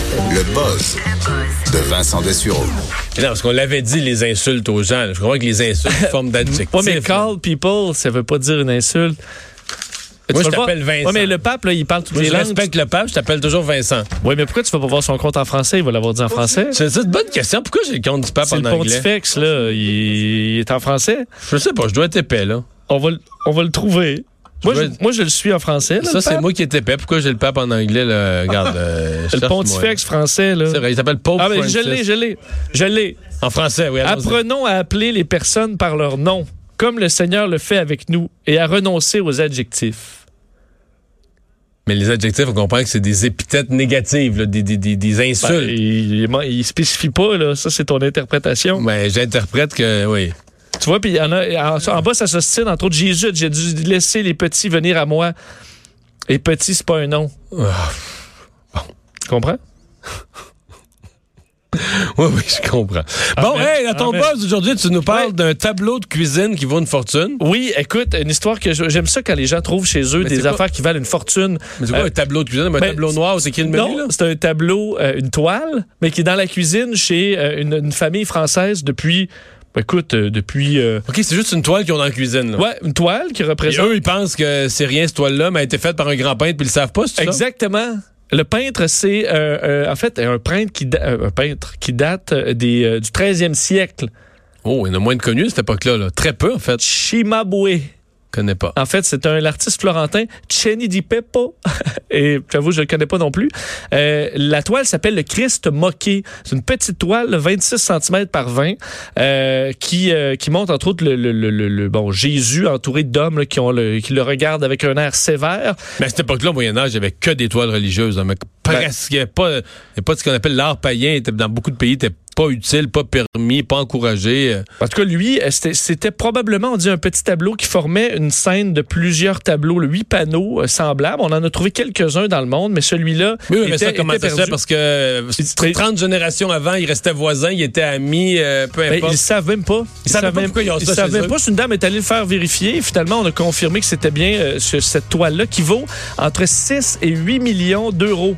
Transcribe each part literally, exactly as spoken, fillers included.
Le buzz de Vincent Dessureau. Non, parce qu'on l'avait dit, les insultes aux gens. Là. Je crois que les insultes forment d'adjectifs. Ouais, mais call people, ça veut pas dire une insulte. Moi, tu je t'appelle voir... Vincent. Oui, mais le pape, là, il parle toutes Moi, les je langues. respecte le pape, je t'appelle toujours Vincent. Oui, mais pourquoi tu vas pas voir son compte en français? Il va l'avoir dit en français. C'est une bonne question. Pourquoi j'ai le compte du pape C'est en le anglais? pontifex, là. Il... il est en français. Je sais pas, je dois être épais, là. On va, on va le trouver. Moi je, être... moi, je le suis en français. Là, ça, c'est moi qui est épais. Pourquoi j'ai le pape en anglais, là? Regarde. Euh, le pontifex moi. français, là. C'est vrai, il s'appelle Pope Ah, mais Francis. je l'ai, je l'ai. Je l'ai. En français, oui. Allons-y. Apprenons à appeler les personnes par leur nom, comme le Seigneur le fait avec nous, et à renoncer aux adjectifs. Mais les adjectifs, on comprend que c'est des épithètes négatives, là, des, des, des, des insultes. Ben, il, il, il spécifie pas, là. Ça, c'est ton interprétation. Ben, j'interprète que, oui. Tu vois, puis il y en a. En, en bas, ça se style, entre autres, Jésus, j'ai dû laisser les petits venir à moi. Et petit, c'est pas un nom. Oh. Bon. Tu comprends? Oui, oui, je comprends. Bon, Amen. hey, dans ton Amen. buzz aujourd'hui, tu nous parles ouais. d'un tableau de cuisine qui vaut une fortune. Oui, écoute, une histoire que je, j'aime ça quand les gens trouvent chez eux mais des affaires qui valent une fortune. Mais c'est quoi euh, un tableau de cuisine? Un ben, tableau noir où c'est écrit le menu? Non, là? c'est un tableau, euh, une toile, mais qui est dans la cuisine chez euh, une, une famille française depuis... Ben, écoute, euh, depuis... Euh... OK, c'est juste une toile qu'ils ont dans la cuisine. Là. Ouais, une toile qui représente... Et eux, ils pensent que c'est rien, cette toile-là, mais elle a été faite par un grand peintre, puis ils le savent pas, c'est ça? Exactement. Le peintre, c'est euh, euh, en fait un peintre qui, da- euh, un peintre qui date des, euh, du treizième siècle. Oh, il y en a moins de connus à cette époque-là. Là. Très peu, en fait. Cimabue. Je connais pas. En fait, c'est un l'artiste florentin, Ceni di Peppo. Et j'avoue, je le connais pas non plus. Euh, la toile s'appelle le Christ moqué. C'est une petite toile, vingt-six centimètres par vingt, euh, qui euh, qui montre entre autres le, le, le, le bon Jésus entouré d'hommes là, qui ont le, qui le regardent avec un air sévère. Mais à cette époque-là, au Moyen-Âge, il y avait que des toiles religieuses. Hein, mais presque, il n'y avait pas, il y avait pas de ce qu'on appelle l'art païen. Dans beaucoup de pays, il était pas utile, pas permis, pas encouragé. En tout cas, lui, c'était, c'était probablement, on dit, un petit tableau qui formait une scène de plusieurs tableaux, huit panneaux euh, semblables. On en a trouvé quelques-uns dans le monde, mais celui-là oui, était, mais ça, comment était ça se perdu. fait? Parce que trente générations avant, ils restaient voisins, ils étaient amis, euh, peu importe. Ben, ils ne savent même pas. Ils ne savaient pas pourquoi ils ont ça Ils savaient chez même eux. pas. C'est une dame est allée le faire vérifier. Et finalement, on a confirmé que c'était bien euh, cette toile-là qui vaut entre six et huit millions d'euros.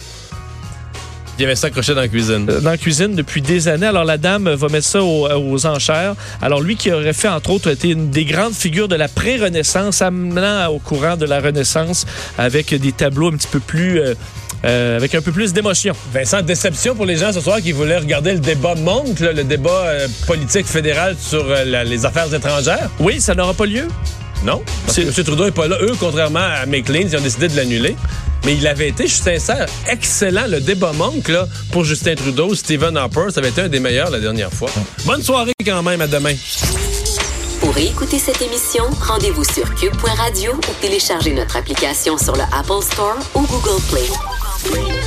Il y avait ça accroché dans la cuisine. Dans la cuisine depuis des années. Alors, la dame va mettre ça aux, aux enchères. Alors, lui qui aurait fait, entre autres, été une des grandes figures de la pré-Renaissance, amenant au courant de la Renaissance avec des tableaux un petit peu plus... Euh, Euh, avec un peu plus d'émotion. Vincent, déception pour les gens ce soir qui voulaient regarder le débat Monk, là, le débat euh, politique fédéral sur euh, la, les affaires étrangères. Oui, ça n'aura pas lieu. Non, parce que M. Trudeau n'est pas là. Eux, contrairement à McLean, ils ont décidé de l'annuler. Mais il avait été, je suis sincère, excellent. Le débat Monk là, pour Justin Trudeau, Stephen Harper, ça avait été un des meilleurs la dernière fois. Bonne soirée quand même, à demain. Pour écouter cette émission, rendez-vous sur cube point radio ou téléchargez notre application sur le Apple Store ou Google Play.